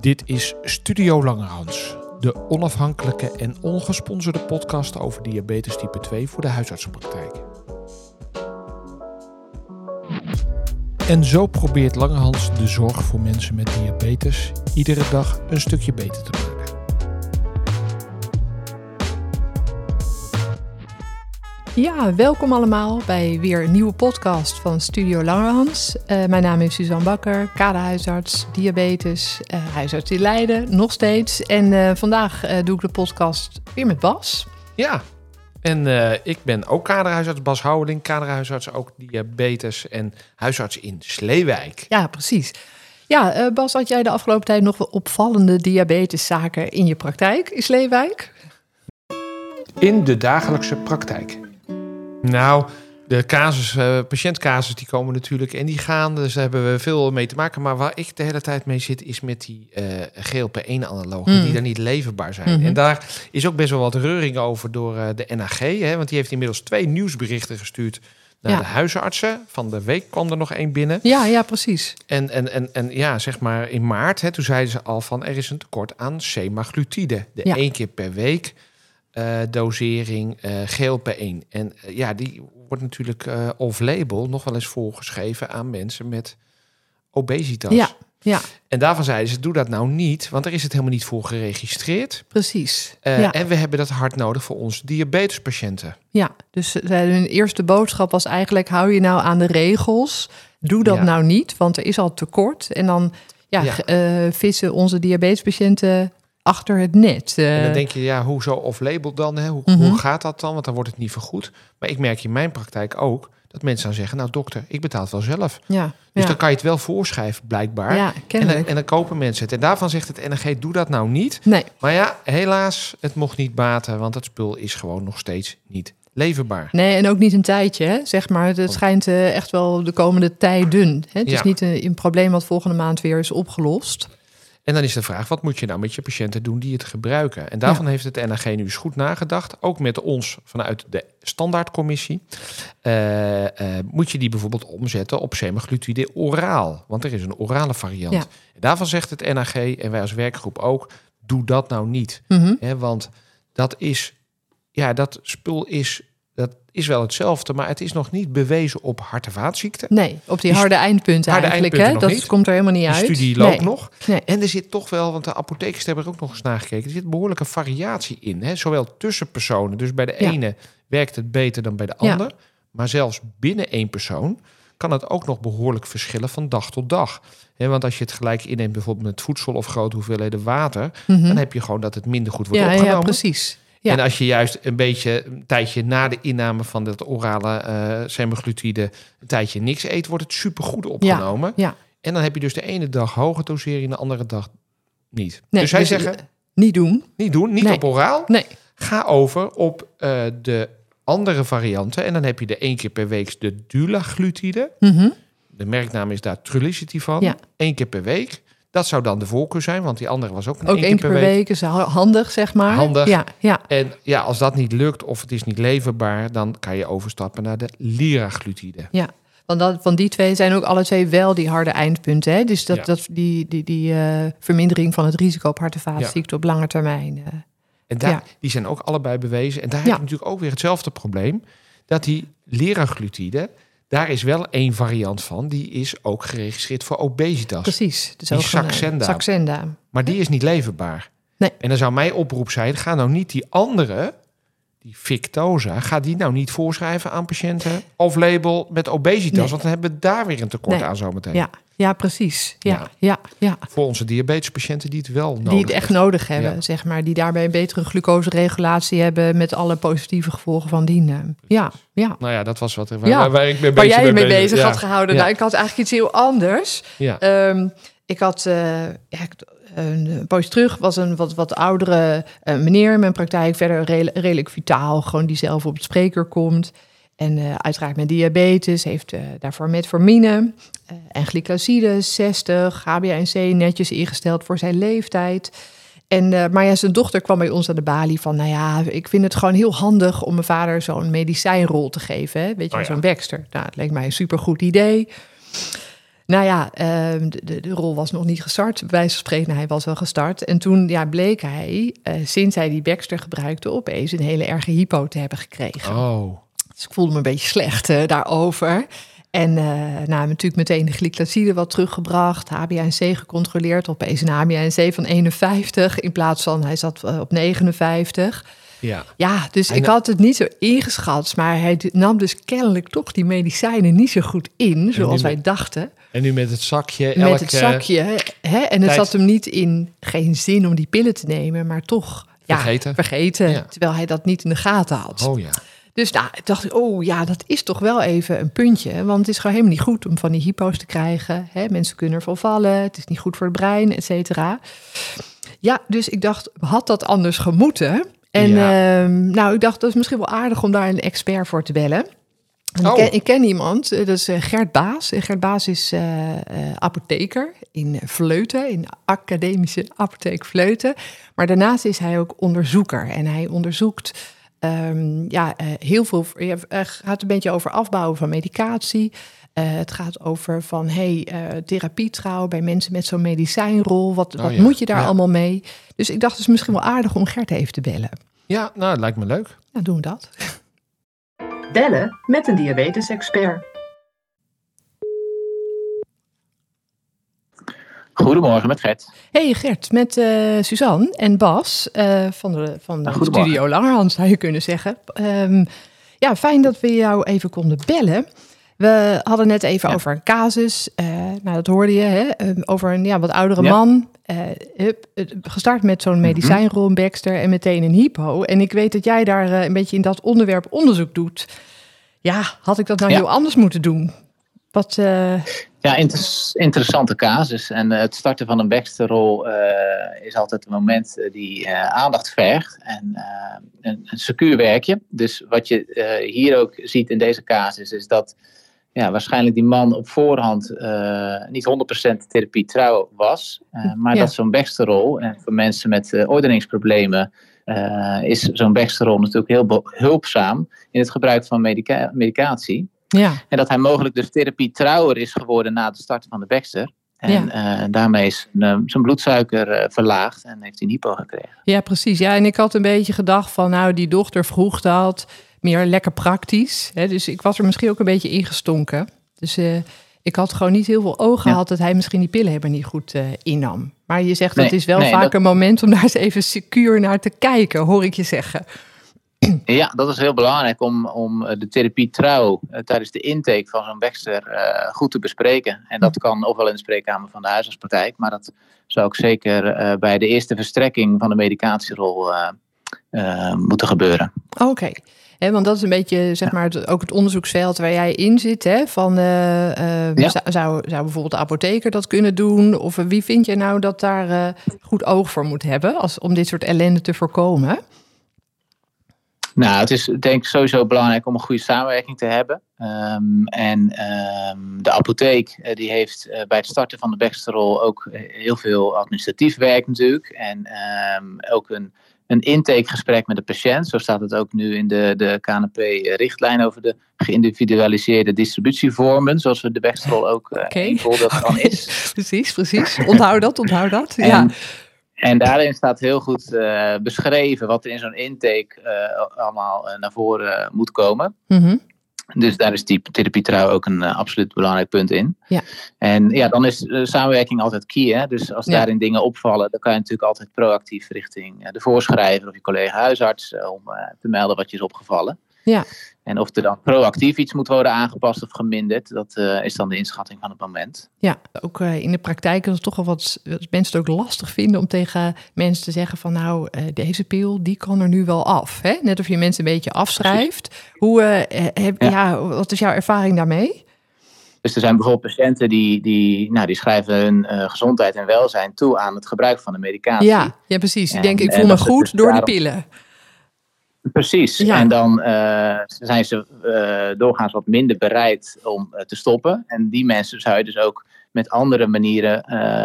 Dit is Studio Langerhans, de onafhankelijke en ongesponsorde podcast over diabetes type 2 voor de huisartsenpraktijk. En zo probeert Langerhans de zorg voor mensen met diabetes iedere dag een stukje beter te maken. Ja, welkom allemaal bij weer een nieuwe podcast van Studio Langerhans. Mijn naam is Suzanne Bakker, kaderhuisarts, diabetes, huisarts in Leiden, nog steeds. En vandaag doe ik de podcast weer met Bas. Ja, en ik ben ook kaderhuisarts, Bas Houweling, kaderhuisarts, ook diabetes en huisarts in Sleewijk. Ja, precies. Ja, Bas, had jij de afgelopen tijd nog wel opvallende diabeteszaken in je praktijk in Sleewijk? In de dagelijkse praktijk. Nou, de patiëntcasus die komen natuurlijk en die gaan. Dus daar hebben we veel mee te maken. Maar waar ik de hele tijd mee zit is met die GLP-1-analogen die daar niet leverbaar zijn. Mm-hmm. En daar is ook best wel wat reuring over door de NAG. Hè, want die heeft inmiddels 2 nieuwsberichten gestuurd naar de huisartsen. Van de week kwam er nog 1 binnen. Ja, precies. En ja, zeg maar in maart, hè, toen zeiden ze al van er is een tekort aan semaglutide. 1 keer per week. Dosering GLP-1. En die wordt natuurlijk off-label nog wel eens voorgeschreven aan mensen met obesitas. Ja. En daarvan zeiden ze, doe dat nou niet, want daar is het helemaal niet voor geregistreerd. Precies. En we hebben dat hard nodig voor onze diabetespatiënten. Ja, dus hun eerste boodschap was eigenlijk, hou je nou aan de regels. Doe dat nou niet, want er is al tekort. En dan vissen onze diabetespatiënten achter het net. En dan denk je, hoezo off-label dan? Hè? Hoe gaat dat dan? Want dan wordt het niet vergoed. Maar ik merk in mijn praktijk ook dat mensen dan zeggen, nou dokter, ik betaal het wel zelf. Dus dan kan je het wel voorschrijven, blijkbaar. Ja, en dan kopen mensen het. En daarvan zegt het NRG, doe dat nou niet. Nee. Maar ja, helaas, het mocht niet baten, want het spul is gewoon nog steeds niet leverbaar. Nee, en ook niet een tijdje, hè? Zeg maar. Het schijnt echt wel de komende tijden. Hè? Het is niet een probleem wat volgende maand weer is opgelost. En dan is de vraag, wat moet je nou met je patiënten doen die het gebruiken? En daarvan heeft het NAG nu eens goed nagedacht. Ook met ons vanuit de standaardcommissie. Moet je die bijvoorbeeld omzetten op semaglutide oraal? Want er is een orale variant. Ja. En daarvan zegt het NAG, en wij als werkgroep ook, doe dat nou niet. Mm-hmm. Want dat spul is wel hetzelfde, maar het is nog niet bewezen op hart- en vaatziekten. Nee, op die harde eindpunten eigenlijk. Hè? Dat niet. Komt er helemaal niet uit. De studie loopt nog. Nee. En er zit toch wel, want de apothekers hebben er ook nog eens naar gekeken, er zit behoorlijke variatie in. Hè? Zowel tussen personen. Dus bij de ene werkt het beter dan bij de ander. Ja. Maar zelfs binnen 1 persoon kan het ook nog behoorlijk verschillen van dag tot dag. Want als je het gelijk inneemt bijvoorbeeld met voedsel of grote hoeveelheden water, dan heb je gewoon dat het minder goed wordt opgenomen. Ja, precies. Ja. En als je juist een tijdje na de inname van dat orale semaglutide een tijdje niks eet, wordt het supergoed opgenomen. Ja. En dan heb je dus de ene dag hoge dosering, de andere dag niet. Nee, dus zij zeggen, niet doen. Niet op oraal. Nee. Ga over op de andere varianten. En dan heb je de 1 keer per week de dulaglutide. Mm-hmm. De merknaam is daar Trulicity van. Ja. 1 keer per week. Dat zou dan de voorkeur zijn, want die andere was ook een 1 keer per week. Is handig, zeg maar. Handig. Ja. En als dat niet lukt of het is niet leverbaar, dan kan je overstappen naar de liraglutide. Ja, want van die 2 zijn ook alle 2 wel die harde eindpunten. Hè? Dus die vermindering van het risico op hart- en vaatziekten op lange termijn. En die zijn ook allebei bewezen. En daar heb je natuurlijk ook weer hetzelfde probleem. Dat die liraglutide, daar is wel 1 variant van. Die is ook geregistreerd voor obesitas. Precies. Dus die Saxenda. Maar die is niet leverbaar. Nee. En dan zou mijn oproep zijn, ga nou niet die andere, die Victoza, ga die nou niet voorschrijven aan patiënten of label met obesitas. Nee. Want dan hebben we daar weer een tekort aan zometeen. Ja, precies. Ja. Voor onze diabetespatiënten die het wel nodig hebben. Die het echt nodig hebben, zeg maar. Die daarbij een betere glucoseregulatie hebben met alle positieve gevolgen van dien. Ja. Nou ja, dat was waar ik mee bezig waar jij mee bezig had gehouden. Ja. Nou, ik had eigenlijk iets heel anders. Ja. Ik had een poosje terug, was een wat oudere meneer in mijn praktijk. Verder redelijk vitaal, gewoon die zelf op het spreker komt. En uiteraard met diabetes, heeft daarvoor metformine en glycoside 60, HbA1c netjes ingesteld voor zijn leeftijd. Maar zijn dochter kwam bij ons aan de balie van, ik vind het gewoon heel handig om mijn vader zo'n medicijnrol te geven. Hè? Weet je, zo'n Baxter. Nou, het leek mij een supergoed idee. Nou ja, de rol was nog niet gestart. Bij wijze van spreken, hij was wel gestart. En toen bleek hij, sinds hij die Baxter gebruikte, opeens een hele erge hypo te hebben gekregen. Oh. Dus ik voelde me een beetje slecht daarover. En natuurlijk meteen de glycoside wat teruggebracht. HbA1c gecontroleerd. Opeens een HbA1c van 51 in plaats van hij zat op 59. Ja, dus ik had het niet zo ingeschat. Maar hij nam dus kennelijk toch die medicijnen niet zo goed in, zoals wij dachten. En nu met het zakje. Met het zakje. En het zat hem niet in, geen zin om die pillen te nemen, maar toch vergeten. Ja. Terwijl hij dat niet in de gaten had. Oh ja. Dus dacht ik, dat is toch wel even een puntje. Want het is gewoon helemaal niet goed om van die hypo's te krijgen. Mensen kunnen ervan vallen. Het is niet goed voor het brein, et cetera. Ja, dus ik dacht, had dat anders gemoeten? En ik dacht, dat is misschien wel aardig om daar een expert voor te bellen. Ik ken iemand, dat is Gert Baas. Gert Baas is apotheker in Vleuten, in academische apotheek Vleuten. Maar daarnaast is hij ook onderzoeker. En hij onderzoekt heel veel. Het gaat een beetje over afbouwen van medicatie. Het gaat over van therapietrouw bij mensen met zo'n medicijnrol. Wat moet je daar allemaal mee? Dus ik dacht, het is misschien wel aardig om Gert even te bellen. Ja, nou, het lijkt me leuk. Nou, doen we dat. Bellen met een diabetes-expert. Goedemorgen, met Gert. Hey Gert, met Suzanne en Bas van de Studio Langerhans, zou je kunnen zeggen. Fijn dat we jou even konden bellen. We hadden net even over een casus. Dat hoorde je, over een wat oudere man. Gestart met zo'n medicijnrol, Baxter, en meteen een hypo. En ik weet dat jij daar een beetje in dat onderwerp onderzoek doet. Ja, had ik dat nou heel anders moeten doen? Wat... Ja, interessante casus. En het starten van een Baxter-rol is altijd een moment die aandacht vergt. En een secuur werkje. Dus wat je hier ook ziet in deze casus is dat waarschijnlijk die man op voorhand niet 100% therapie trouw was. Maar dat zo'n Baxter-rol, en voor mensen met ordeningsproblemen is zo'n Baxter-rol natuurlijk heel hulpzaam in het gebruik van medicatie. Ja. En dat hij mogelijk dus therapietrouwer is geworden na het starten van de Baxter. En daarmee is zijn bloedsuiker verlaagd en heeft hij een hypo gekregen. Ja, precies. Ja, en ik had een beetje gedacht van die dochter vroeg dat. Meer lekker praktisch. Dus ik was er misschien ook een beetje ingestonken. Dus ik had gewoon niet heel veel ogen gehad dat hij misschien die pillen niet goed innam. Maar je zegt dat is wel vaak een moment om daar eens even secuur naar te kijken, hoor ik je zeggen. Ja, dat is heel belangrijk om de therapietrouw tijdens de intake van zo'n Baxter goed te bespreken. En dat kan ofwel in de spreekkamer van de huisartspraktijk, maar dat zou ook zeker bij de eerste verstrekking van de medicatierol moeten gebeuren. Oké. Want dat is een beetje, ook het onderzoeksveld waar jij in zit. Zou bijvoorbeeld de apotheker dat kunnen doen? Of wie vind je nou dat daar goed oog voor moet hebben om dit soort ellende te voorkomen? Nou, het is denk ik sowieso belangrijk om een goede samenwerking te hebben. De apotheek die heeft bij het starten van de Baxter-rol ook heel veel administratief werk natuurlijk. En ook een intakegesprek met de patiënt. Zo staat het ook nu in de KNP-richtlijn over de geïndividualiseerde distributievormen. Zoals we de Baxter-rol ook een voorbeeld van is. Precies. Onthoud dat. Ja. En daarin staat heel goed beschreven wat er in zo'n intake allemaal naar voren moet komen. Mm-hmm. Dus daar is die therapietrouw ook een absoluut belangrijk punt in. Ja. En dan is de samenwerking altijd key. Hè? Dus als daarin dingen opvallen, dan kan je natuurlijk altijd proactief richting de voorschrijver of je collega huisarts om te melden wat je is opgevallen. Ja. En of er dan proactief iets moet worden aangepast of geminderd, dat is dan de inschatting van het moment. Ja, ook in de praktijk is het toch wel wat mensen het ook lastig vinden om tegen mensen te zeggen van deze pil, die kan er nu wel af. Hè? Net of je mensen een beetje afschrijft. Wat is jouw ervaring daarmee? Dus er zijn bijvoorbeeld patiënten die schrijven hun gezondheid en welzijn toe aan het gebruik van de medicatie. Ja precies. Die denken, ik voel me goed dus door die pillen. Precies, en dan zijn ze doorgaans wat minder bereid om te stoppen. En die mensen zou je dus ook met andere manieren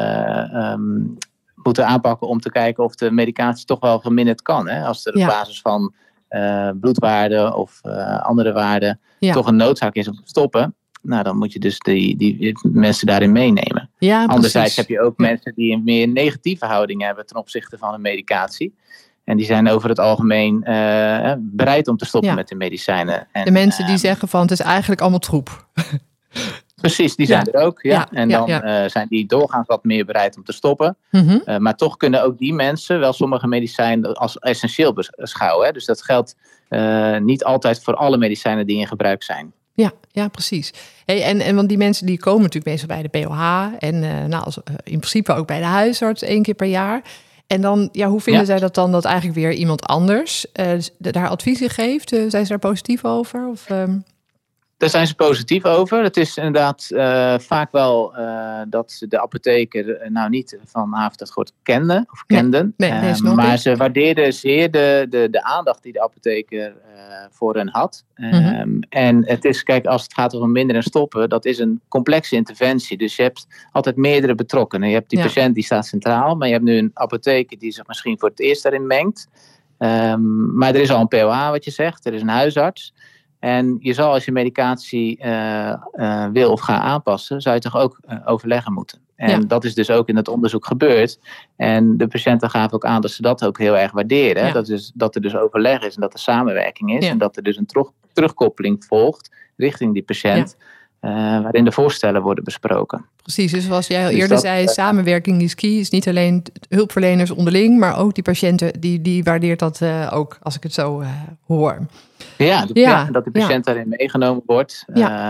moeten aanpakken om te kijken of de medicatie toch wel geminderd kan. Hè? Als er op basis van bloedwaarden of andere waarden toch een noodzaak is om te stoppen. nou, dan moet je dus die mensen daarin meenemen. Ja, anderzijds heb je ook mensen die een meer negatieve houding hebben ten opzichte van een medicatie. En die zijn over het algemeen bereid om te stoppen met de medicijnen. En, de mensen die zeggen van het is eigenlijk allemaal troep. Precies, die zijn er ook. Ja. En dan zijn die doorgaans wat meer bereid om te stoppen. Mm-hmm. Maar toch kunnen ook die mensen wel sommige medicijnen als essentieel beschouwen. Hè? Dus dat geldt niet altijd voor alle medicijnen die in gebruik zijn. Ja, precies. Hey, en want die mensen die komen natuurlijk meestal bij de POH en in principe ook bij de huisarts 1 keer per jaar. En dan, hoe vinden zij dat dan dat eigenlijk weer iemand anders daar advies in geeft? Zijn ze daar positief over? Of, Daar zijn ze positief over. Het is inderdaad vaak wel dat de apotheker niet van A tot Z kenden. Maar ze waardeerden zeer de aandacht die de apotheker voor hen had. En het is, kijk, als het gaat over minder en stoppen, dat is een complexe interventie. Dus je hebt altijd meerdere betrokkenen. Je hebt die patiënt die staat centraal, maar je hebt nu een apotheker die zich misschien voor het eerst daarin mengt. Maar er is al een POH wat je zegt, er is een huisarts. En je zal als je medicatie wil of gaat aanpassen, zou je toch ook overleggen moeten. En dat is dus ook in het onderzoek gebeurd. En de patiënten gaven ook aan dat ze dat ook heel erg waarderen. Ja. Dat er dus overleg is en dat er samenwerking is. Ja. En dat er dus een terugkoppeling volgt richting die patiënt. Waarin de voorstellen worden besproken. Precies, dus zoals jij al eerder zei, samenwerking is key. Is niet alleen hulpverleners onderling, maar ook die patiënten, die waardeert dat ook, als ik het zo hoor. Dat de patiënt daarin meegenomen wordt.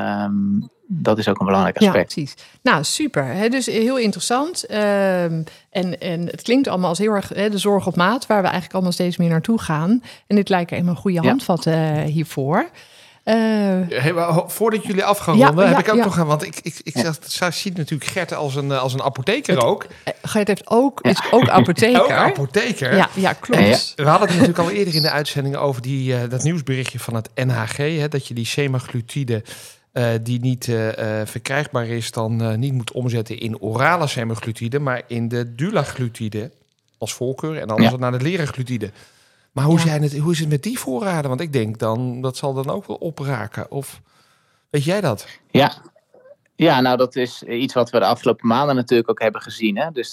Dat is ook een belangrijk aspect. Ja, precies. Nou, super. Hè? Dus heel interessant. En het klinkt allemaal als heel erg de zorg op maat, waar we eigenlijk allemaal steeds meer naartoe gaan. En dit lijkt een goede handvat hiervoor. Voordat jullie af gaan ronden, heb ik ook nog aan. Want ik zie natuurlijk Gert als een apotheker ook. Gert is ook apotheker. Ook apotheker. Ja, klopt. We hadden het natuurlijk al eerder in de uitzending over dat nieuwsberichtje van het NHG. Hè, dat je die semaglutide die niet verkrijgbaar is, dan niet moet omzetten in orale semaglutide, maar in de dulaglutide als voorkeur. En anders naar de liraglutide. Maar hoe is het met die voorraden? Want ik denk dan, dat zal dan ook wel opraken. Of weet jij dat? Ja, nou dat is iets wat we de afgelopen maanden natuurlijk ook hebben gezien. Hè? Dus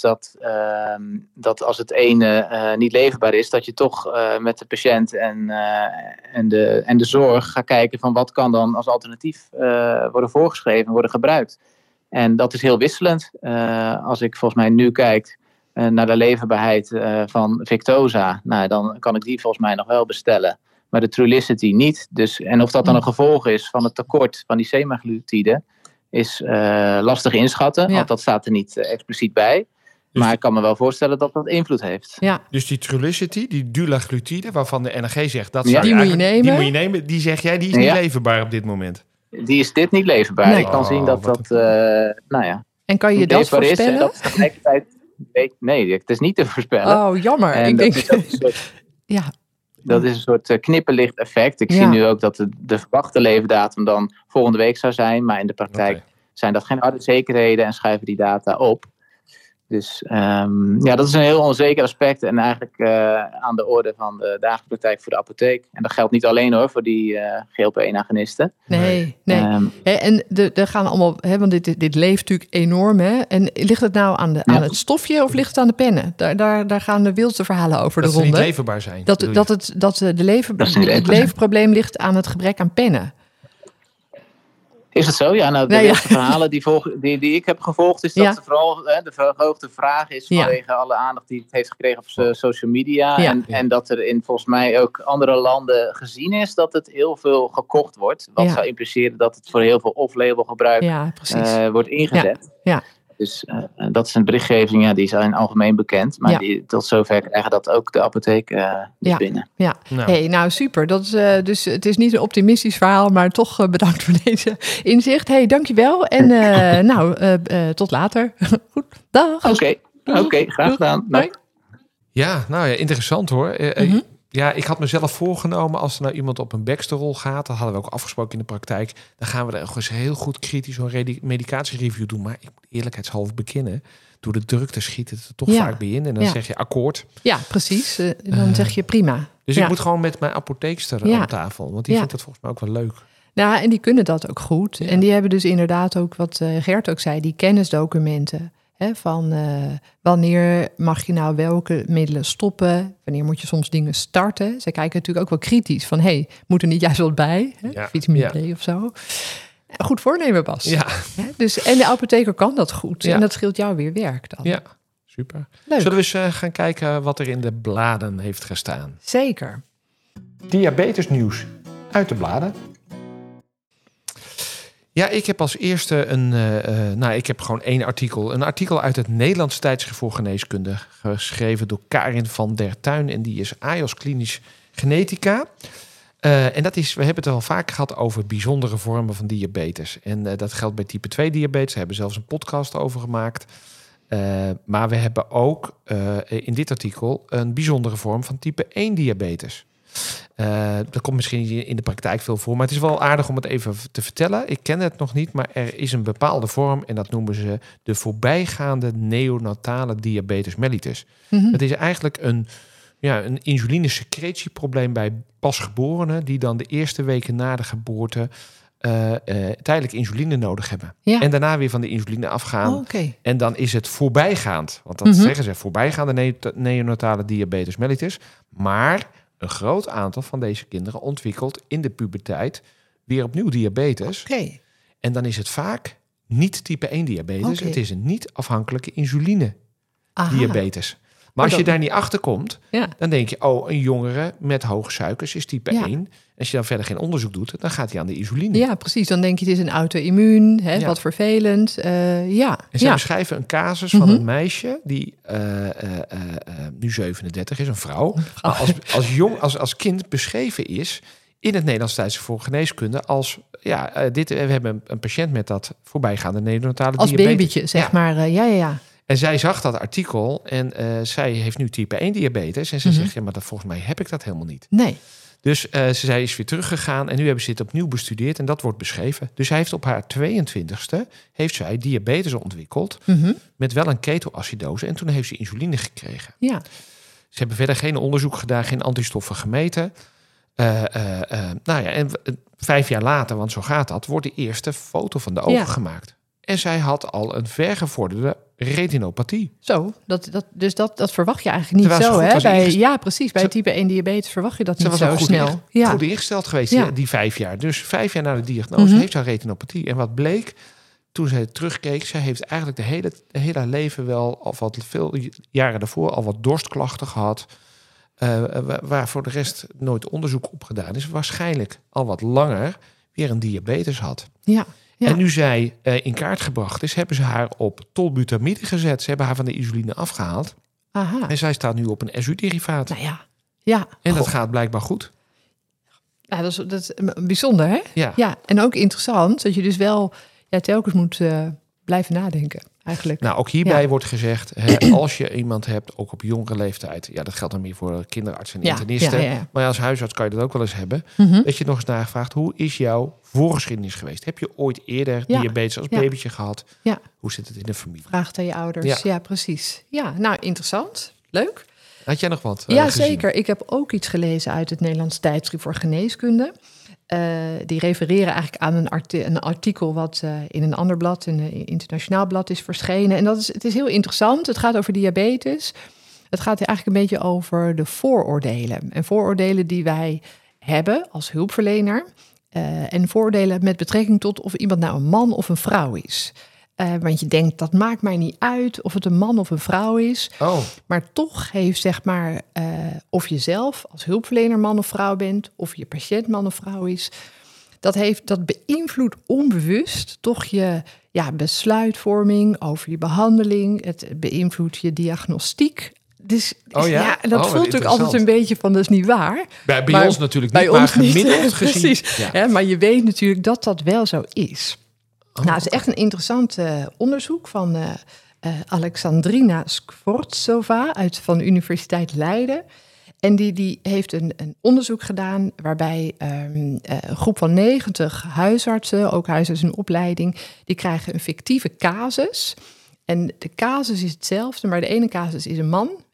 dat als het ene niet leverbaar is, dat je toch met de patiënt en de zorg gaat kijken van wat kan dan als alternatief worden voorgeschreven en worden gebruikt. En dat is heel wisselend. Als ik volgens mij nu kijk naar de leverbaarheid van Victoza, nou, dan kan ik die volgens mij nog wel bestellen. Maar de Trulicity niet. Dus, en of dat dan een gevolg is van het tekort van die semaglutide, is lastig inschatten. Want dat staat er niet expliciet bij. Dus maar ik kan me wel voorstellen dat dat invloed heeft. Ja. Dus die Trulicity, die dulaglutide, waarvan de NRG zegt, dat die moet je nemen. Die moet je nemen. Die zeg jij, die is niet leverbaar op dit moment. Die is dit niet leverbaar. Nee. Ik kan zien dat En kan je dat voorspellen? Is en dat tegelijkertijd nee, het is niet te voorspellen. Oh, jammer. En ik denk dat is een soort knipperlicht effect. Ik zie nu ook dat de verwachte leverdatum dan volgende week zou zijn. Maar in de praktijk zijn dat geen harde zekerheden en schuiven die data op. Dus dat is een heel onzeker aspect. En eigenlijk aan de orde van de dagelijkse praktijk voor de apotheek. En dat geldt niet alleen voor die GLP-1-agonisten. Nee. En er gaan allemaal, want dit leeft natuurlijk enorm. Hè? En ligt het nou aan het stofje of ligt het aan de pennen? Daar gaan de wildste verhalen over de ronde. Dat ze niet leverbaar zijn. Het leverprobleem ligt aan het gebrek aan pennen. Is het zo? Ja, nou, de eerste verhalen die ik heb gevolgd, is dat vooral de verhoogde vraag is vanwege alle aandacht die het heeft gekregen op social media. Ja. En dat er in volgens mij ook andere landen gezien is dat het heel veel gekocht wordt. Wat zou impliceren dat het voor heel veel off-label gebruik wordt ingezet. Ja. Dus dat is een berichtgeving, die is in algemeen bekend. Maar tot zover krijgen dat ook de apotheek binnen. Ja, nou super. Dus het is niet een optimistisch verhaal, maar toch bedankt voor deze inzicht. Dankjewel. En tot later. Goed, dag. Oké, graag gedaan. Ja, interessant hoor. Ja, ik had mezelf voorgenomen, als er nou iemand op een Baxter-rol gaat, dat hadden we ook afgesproken in de praktijk, dan gaan we er eens heel goed kritisch een medicatiereview doen. Maar ik moet eerlijkheidshalve bekennen, door de drukte schiet het er toch vaak bij in. En dan zeg je akkoord. Ja, precies. Dan zeg je prima. Dus ik moet gewoon met mijn apotheekster op tafel, want die vindt dat volgens mij ook wel leuk. Nou, en die kunnen dat ook goed. Ja. En die hebben dus inderdaad ook, wat Gert ook zei, die kennisdocumenten. Hè, van wanneer mag je nou welke middelen stoppen? Wanneer moet je soms dingen starten? Zij kijken natuurlijk ook wel kritisch van, moet er niet juist wat bij? Hè? Ja. Vitamine D of zo. Goed voornemen, Bas. Ja. Dus, en de apotheker kan dat goed. Ja. En dat scheelt jou weer werk dan. Ja, super. Leuk. Zullen we eens gaan kijken wat er in de bladen heeft gestaan? Zeker. Diabetesnieuws uit de bladen. Ja, ik heb als eerste ik heb gewoon 1 artikel. Een artikel uit het Nederlands Tijdschrift voor Geneeskunde. Geschreven door Karin van der Tuin. En die is AIOS Klinisch Genetica. En dat is, we hebben het al vaak gehad over bijzondere vormen van diabetes. En dat geldt bij type 2 diabetes. We hebben zelfs een podcast over gemaakt. Maar we hebben ook in dit artikel een bijzondere vorm van type 1 diabetes. Dat komt misschien in de praktijk veel voor, maar het is wel aardig om het even te vertellen. Ik ken het nog niet, maar er is een bepaalde vorm en dat noemen ze de voorbijgaande neonatale diabetes mellitus. Mm-hmm. Het is eigenlijk een insulinesecretieprobleem bij pasgeborenen die dan de eerste weken na de geboorte tijdelijk insuline nodig hebben. Ja. En daarna weer van de insuline afgaan. Oh, okay. En dan is het voorbijgaand. Want dat zeggen ze, voorbijgaande neonatale diabetes mellitus. Maar een groot aantal van deze kinderen ontwikkelt in de puberteit weer opnieuw diabetes. Okay. En dan is het vaak niet type 1 diabetes. Okay. Het is een niet afhankelijke insuline diabetes. Maar als je daar niet achter komt, dan denk je, een jongere met hoge suikers is type 1. Als je dan verder geen onderzoek doet, dan gaat hij aan de insuline. Ja, precies. Dan denk je, het is een auto-immuun, wat vervelend. En zij beschrijven een casus van een meisje die nu 37 is, een vrouw. Maar als kind beschreven is in het Nederlands Tijdschrift voor Geneeskunde als we hebben een patiënt met dat voorbijgaande neonatale diabetes. Als babytje, zeg maar. Ja. En zij zag dat artikel en zij heeft nu type 1 diabetes. En ze zegt, maar volgens mij heb ik dat helemaal niet. Nee. Dus zij is weer teruggegaan en nu hebben ze dit opnieuw bestudeerd en dat wordt beschreven. Dus zij heeft op haar 22e heeft zij diabetes ontwikkeld met wel een ketoacidose en toen heeft ze insuline gekregen. Ja. Ze hebben verder geen onderzoek gedaan, geen antistoffen gemeten. En 5 jaar later, want zo gaat dat, wordt de eerste foto van de ogen gemaakt. En zij had al een vergevorderde retinopathie. Zo, dat verwacht je eigenlijk niet zo, hè? Ja, precies. Bij type 1 diabetes verwacht je dat niet zo snel. Goed ingesteld geweest, die 5 jaar. Dus 5 jaar na de diagnose heeft ze retinopathie. En wat bleek, toen zij terugkeek, zij heeft eigenlijk de hele leven wel, of wat veel jaren daarvoor, al wat dorstklachten gehad. Waar voor de rest nooit onderzoek op gedaan is. Waarschijnlijk al wat langer weer een diabetes had. Ja. Ja. En nu zij in kaart gebracht is, hebben ze haar op tolbutamide gezet. Ze hebben haar van de insuline afgehaald. Aha. En zij staat nu op een SU-derivaat. Nou ja. En dat gaat blijkbaar goed. Ja, dat is bijzonder, hè? Ja. En ook interessant dat je dus wel telkens moet blijven nadenken. Eigenlijk. Nou, ook hierbij wordt gezegd, als je iemand hebt, ook op jongere leeftijd, dat geldt dan meer voor kinderartsen en internisten. Ja. Maar als huisarts kan je dat ook wel eens hebben. Dat je nog eens nagevraagd, hoe is jouw voorgeschiedenis geweest? Heb je ooit eerder diabetes als babytje gehad? Ja. Hoe zit het in de familie? Vraag aan je ouders. Ja, precies. Ja, nou, interessant. Leuk. Had jij nog wat Ja, gezien? Zeker. Ik heb ook iets gelezen uit het Nederlands Tijdschrift voor Geneeskunde. Die refereren eigenlijk aan een artikel wat in een ander blad, in een internationaal blad, is verschenen. En het is heel interessant. Het gaat over diabetes. Het gaat eigenlijk een beetje over de vooroordelen. En vooroordelen die wij hebben als hulpverlener. En vooroordelen met betrekking tot of iemand nou een man of een vrouw is. Want je denkt, dat maakt mij niet uit of het een man of een vrouw is. Oh. Maar toch heeft, zeg maar, of je zelf als hulpverlener man of vrouw bent, of je patiënt man of vrouw is, dat beïnvloedt onbewust toch je besluitvorming over je behandeling. Het beïnvloedt je diagnostiek. Dus dat voelt natuurlijk altijd een beetje van, dat is niet waar. Bij ons natuurlijk niet, maar gemiddeld gezien. Precies, maar je weet natuurlijk dat dat wel zo is. Nou, het is echt een interessant onderzoek van Alexandrina Skvortsova van de Universiteit Leiden. En die heeft een onderzoek gedaan waarbij een groep van 90 huisartsen, ook huisartsen in opleiding, die krijgen een fictieve casus. En de casus is hetzelfde, maar de ene casus is een man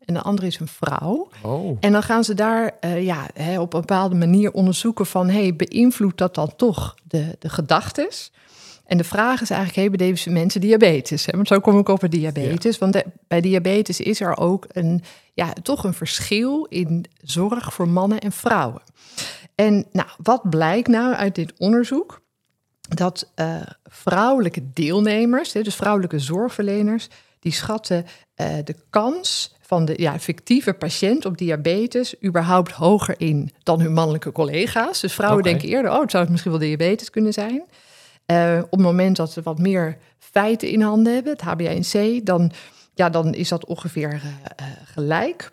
en de andere is een vrouw. Oh. En dan gaan ze daar op een bepaalde manier onderzoeken van... beïnvloedt dat dan toch de gedachtes? En de vraag is eigenlijk, hebben deze mensen diabetes? Want zo kom ik op het diabetes. Ja. Want bij diabetes is er ook toch een verschil in zorg voor mannen en vrouwen. En wat blijkt nou uit dit onderzoek? Dat vrouwelijke deelnemers, dus vrouwelijke zorgverleners... die schatten de kans van de fictieve patiënt op diabetes... überhaupt hoger in dan hun mannelijke collega's. Dus vrouwen denken eerder, het zou misschien wel diabetes kunnen zijn... op het moment dat ze wat meer feiten in handen hebben, het HbA1c, dan is dat ongeveer gelijk.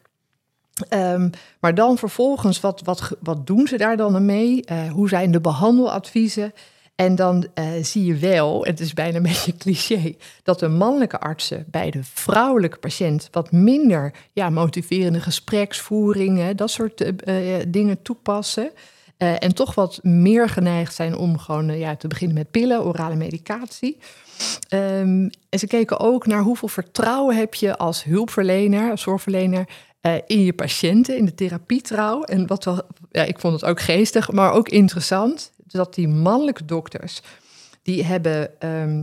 Maar dan vervolgens, wat doen ze daar dan mee? Hoe zijn de behandeladviezen? En dan zie je wel, het is bijna een beetje cliché... dat de mannelijke artsen bij de vrouwelijke patiënt... wat minder motiverende gespreksvoering, dat soort dingen toepassen... en toch wat meer geneigd zijn om gewoon te beginnen met pillen, orale medicatie. En ze keken ook naar hoeveel vertrouwen heb je als hulpverlener, als zorgverlener... in je patiënten, in de therapietrouw. En ik vond het ook geestig, maar ook interessant... dat die mannelijke dokters, die hebben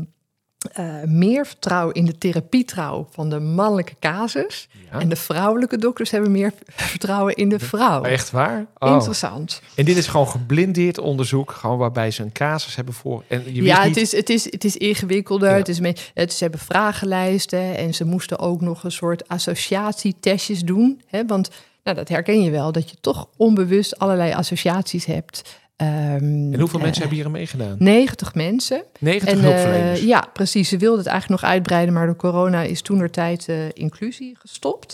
meer vertrouwen in de therapietrouw van de mannelijke casus. Ja. En de vrouwelijke dokters hebben meer vertrouwen in de vrouw. Echt waar? Oh. Interessant. En dit is gewoon geblindeerd onderzoek, gewoon waarbij ze een casus hebben voor. En je het is ingewikkelder. Ja. Ze hebben vragenlijsten en ze moesten ook nog een soort associatietestjes doen. Hè? Want dat herken je wel, dat je toch onbewust allerlei associaties hebt. En hoeveel mensen hebben hier aan meegedaan? 90 mensen. 90 hulpverleners? Ja, precies. Ze wilden het eigenlijk nog uitbreiden... maar door corona is toentertijd inclusie gestopt.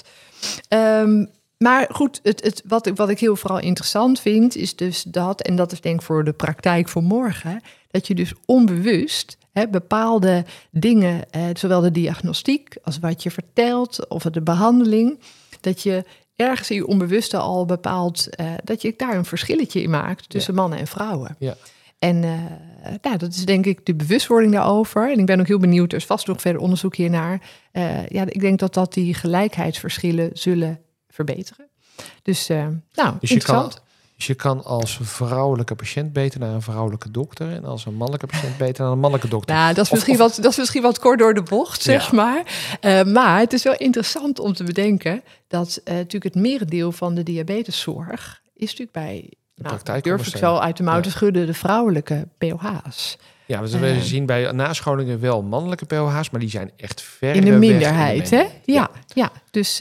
Maar goed, wat ik heel vooral interessant vind... is dus dat, en dat is denk ik voor de praktijk voor morgen... dat je dus onbewust bepaalde dingen... zowel de diagnostiek als wat je vertelt... of de behandeling, dat je... ergens in je onbewuste al bepaalt dat je daar een verschilletje in maakt tussen mannen en vrouwen. Ja. En dat is denk ik de bewustwording daarover. En ik ben ook heel benieuwd, er is vast nog verder onderzoek hiernaar. Ik denk dat die gelijkheidsverschillen zullen verbeteren. Dus interessant. Je kan als vrouwelijke patiënt beter naar een vrouwelijke dokter... en als een mannelijke patiënt beter naar een mannelijke dokter. Nou, dat is misschien wat kort door de bocht, zeg maar. Maar het is wel interessant om te bedenken... dat natuurlijk het merendeel van de diabeteszorg... is natuurlijk bij, durf ik zo uit de mouw te schudden... de vrouwelijke POH's. Ja, we zien bij nascholingen wel mannelijke POH's... maar die zijn echt ver in de minderheid, hè? Ja. Dus...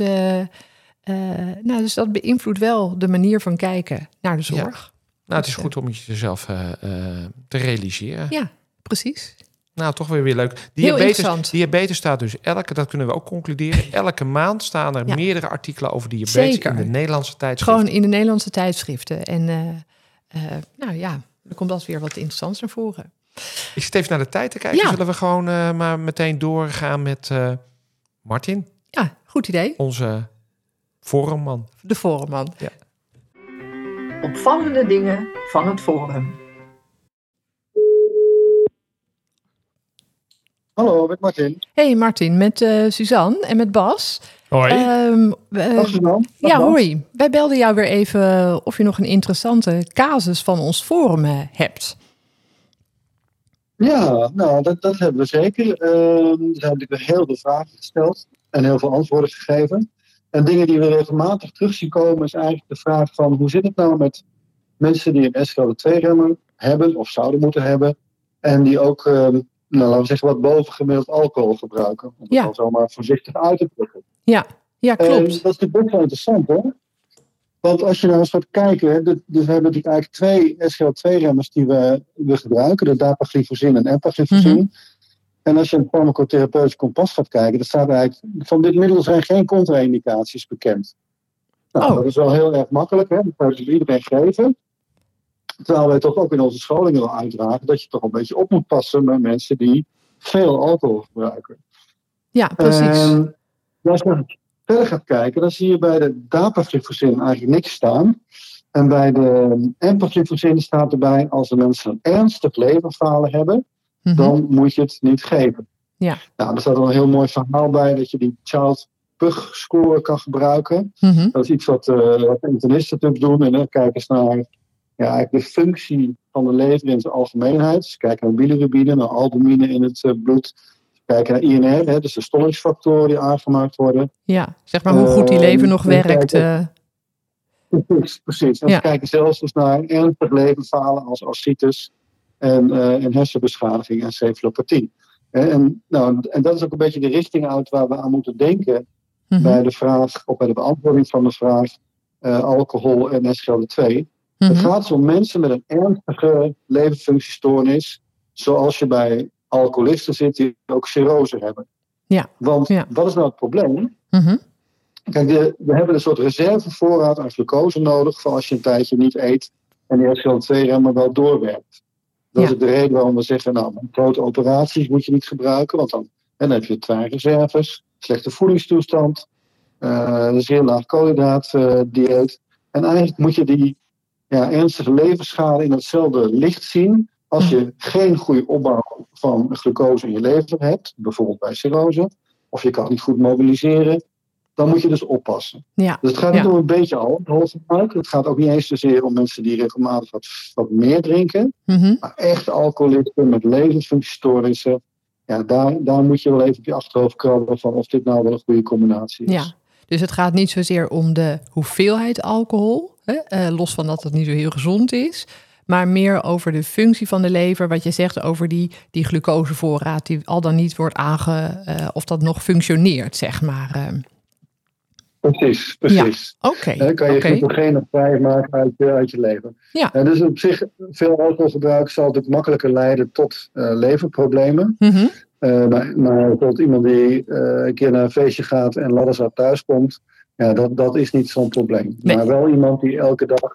dus dat beïnvloedt wel de manier van kijken naar de zorg. Ja. Het is goed om het jezelf te realiseren. Ja, precies. Toch weer leuk. Diabetes staat dus dat kunnen we ook concluderen. Elke maand staan er meerdere artikelen over diabetes... Zeker. In de Nederlandse tijdschriften. Gewoon in de Nederlandse tijdschriften. En dan komt dat weer wat interessants naar voren. Ik zit even naar de tijd te kijken. Zullen we gewoon maar meteen doorgaan met Martin? Ja, goed idee. Onze... Forumman. De Forumman. Ja. Opvallende dingen van het Forum. Hallo, met Martin. Hey Martin, met Suzanne en met Bas. Hoi. Dag Suzanne. Hoi. Wij belden jou weer even of je nog een interessante casus van ons Forum hebt. Ja, dat hebben we zeker. Er zijn natuurlijk heel veel vragen gesteld en heel veel antwoorden gegeven. En dingen die we regelmatig terug zien komen is eigenlijk de vraag van... hoe zit het nou met mensen die een SGLT2-remmer hebben of zouden moeten hebben... en die ook, laten we zeggen, wat bovengemiddeld alcohol gebruiken. Om het al zomaar voorzichtig uit te drukken. Ja, klopt. Dat is natuurlijk best wel interessant, hè? Want als je nou eens gaat kijken... dus we hebben natuurlijk eigenlijk 2 SGLT2-remmers die we gebruiken... de dapagliflozin en empagliflozin... Mm-hmm. En als je een farmacotherapeutisch kompas gaat kijken... dan staat eigenlijk... van dit middel zijn geen contra-indicaties bekend. Dat is wel heel erg makkelijk. Hè? Dat kan je iedereen geven. Terwijl wij toch ook in onze scholingen wel uitdragen... dat je toch een beetje op moet passen... met mensen die veel alcohol gebruiken. Ja, precies. Als je verder gaat kijken... dan zie je bij de dapagliflozin eigenlijk niks staan. En bij de empagliflozin staat erbij... als de mensen een ernstig leverfalen hebben... dan moet je het niet geven. Ja. Er staat al een heel mooi verhaal bij... dat je die child PUG-score kan gebruiken. Mm-hmm. Dat is iets wat internisten natuurlijk doen. En dan kijken ze naar de functie van de lever in zijn algemeenheid. Ze kijken naar bilirubine, naar albumine in het bloed. Ze kijken naar INR, dus de stollingsfactoren die aangemaakt worden. Ja, zeg maar hoe goed die lever nog werkt. Precies. En ze kijken zelfs dus naar ernstige leverfalen als ascites en hersenbeschadiging en cephalopathie. En dat is ook een beetje de richting uit waar we aan moeten denken bij de vraag, of bij de beantwoording van de vraag alcohol en SGLT2. Het gaat om mensen met een ernstige leverfunctiestoornis, zoals je bij alcoholisten zit die ook cirrose hebben. Ja. Want wat is nou het probleem? Kijk, we hebben een soort reservevoorraad aan glucose nodig voor als je een tijdje niet eet en die SGLT2-remmer wel doorwerkt. Dat is de reden waarom we zeggen, grote operaties moet je niet gebruiken, want dan heb je treinreserves, slechte voedingstoestand, zeer laag koolhydraatdieet. En eigenlijk moet je die ernstige leverschade in hetzelfde licht zien als je geen goede opbouw van glucose in je lever hebt, bijvoorbeeld bij cirrose, of je kan niet goed mobiliseren, dan moet je dus oppassen. Ja. Dus het gaat niet om een beetje alcoholgebruik. Het gaat ook niet eens zozeer om mensen die regelmatig wat meer drinken. Maar echt alcoholisten met leverfunctiestoornissen. Ja, daar moet je wel even op je achterhoofd krabben van of dit nou wel een goede combinatie is. Ja, dus het gaat niet zozeer om de hoeveelheid alcohol, los van dat het niet zo heel gezond is, maar meer over de functie van de lever, wat je zegt over die glucosevoorraad die al dan niet wordt of dat nog functioneert, zeg maar. Precies. Ja. Okay. Dan kan je glycogeen vrijmaken uit je lever. Ja. Dus op zich, veel alcoholgebruik zal natuurlijk makkelijker leiden tot leverproblemen. Maar bijvoorbeeld iemand die een keer naar een feestje gaat en ladderzat thuis komt, dat is niet zo'n probleem. Nee. Maar wel iemand die elke dag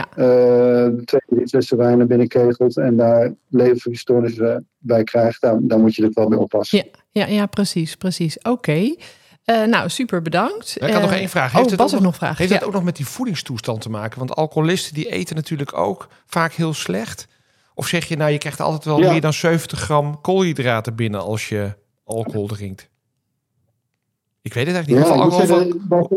2 flessen wijn naar binnen kegelt en daar leverstoornissen bij krijgt, daar moet je er wel mee oppassen. Ja, precies. Oké. Super bedankt. Ik had nog één vraag. Heeft het ook nog met die voedingstoestand te maken? Want alcoholisten die eten natuurlijk ook vaak heel slecht. Of zeg je, je krijgt altijd wel meer dan 70 gram koolhydraten binnen als je alcohol drinkt? Ik weet het eigenlijk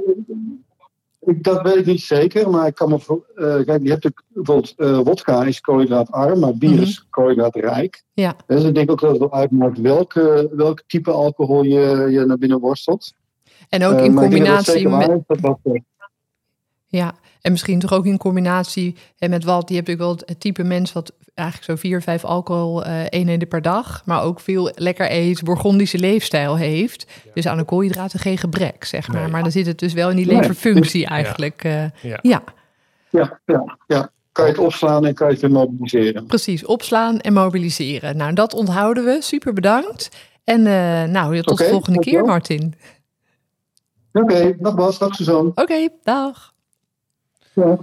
niet. Dat weet ik niet zeker, maar ik kan me kijk, je hebt bijvoorbeeld wodka is koolhydraatarm, maar bier is koolhydraatrijk. Ja. Dus ik denk ook dat het wel uitmaakt welk type alcohol je naar binnen worstelt. En ook in combinatie met... Ja, en misschien toch ook in combinatie met wat... Je hebt natuurlijk wel het type mens wat eigenlijk zo 4-5 alcohol eenheden per dag, maar ook veel lekker eet, Bourgondische leefstijl heeft. Ja. Dus aan de koolhydraten geen gebrek, zeg maar. Nee. Maar dan zit het dus wel in die leverfunctie eigenlijk. Ja. Kan je het opslaan en kan je het weer mobiliseren. Precies, opslaan en mobiliseren. Nou, dat onthouden we. Super bedankt. En tot de volgende keer, Martin. Oké, dag Bas, dag Suzanne. Oké, dag. Ja.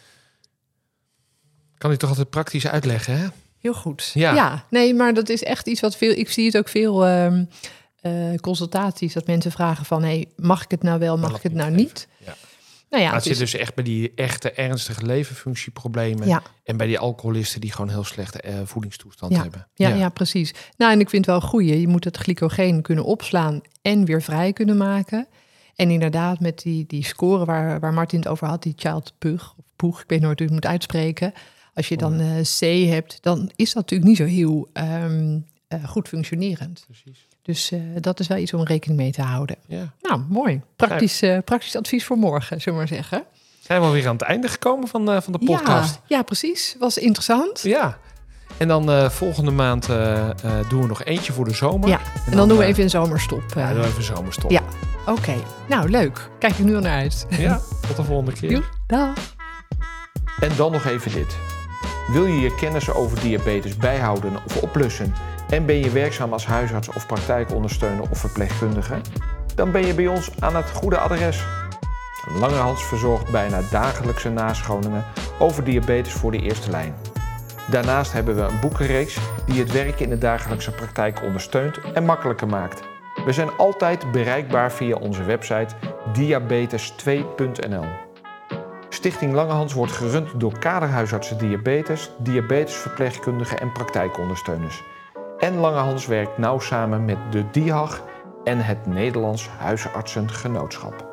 Kan ik toch altijd praktisch uitleggen, hè? Heel goed. Ja, nee, maar dat is echt iets wat veel... Ik zie het ook veel consultaties dat mensen vragen van... mag ik het nou wel, mag ik het nou niet? Ja. Maar het zit dus echt bij die echte ernstige leverfunctieproblemen... Ja. En bij die alcoholisten die gewoon heel slechte voedingstoestand hebben. Ja, precies. Nou, en ik vind het wel goed. Je moet het glycogeen kunnen opslaan en weer vrij kunnen maken... En inderdaad, met die score waar Martin het over had, die child PUG, of PUG, ik weet nooit hoe je het moet uitspreken. Als je dan C hebt, dan is dat natuurlijk niet zo heel goed functionerend. Precies. Dus dat is wel iets om rekening mee te houden. Ja. Nou, mooi. Praktisch advies voor morgen, zullen we maar zeggen. Zijn we alweer aan het einde gekomen van de podcast? Ja, precies. Was interessant. Ja. En dan volgende maand doen we nog eentje voor de zomer. Ja, en dan doen we even een zomerstop. Ja, doen we even een zomerstop. Ja, oké. Nou, leuk. Kijk ik nu al naar uit. Ja, tot de volgende keer. Joep, dag. En dan nog even dit. Wil je je kennis over diabetes bijhouden of oplussen... en ben je werkzaam als huisarts of praktijkondersteuner of verpleegkundige... dan ben je bij ons aan het goede adres. Langerhans verzorgt bijna dagelijkse nascholingen over diabetes voor de eerste lijn. Daarnaast hebben we een boekenreeks die het werken in de dagelijkse praktijk ondersteunt en makkelijker maakt. We zijn altijd bereikbaar via onze website diabetes2.nl. Stichting Langerhans wordt gerund door kaderhuisartsen diabetes, diabetesverpleegkundigen en praktijkondersteuners. En Langerhans werkt nauw samen met de DIHAG en het Nederlands Huisartsengenootschap.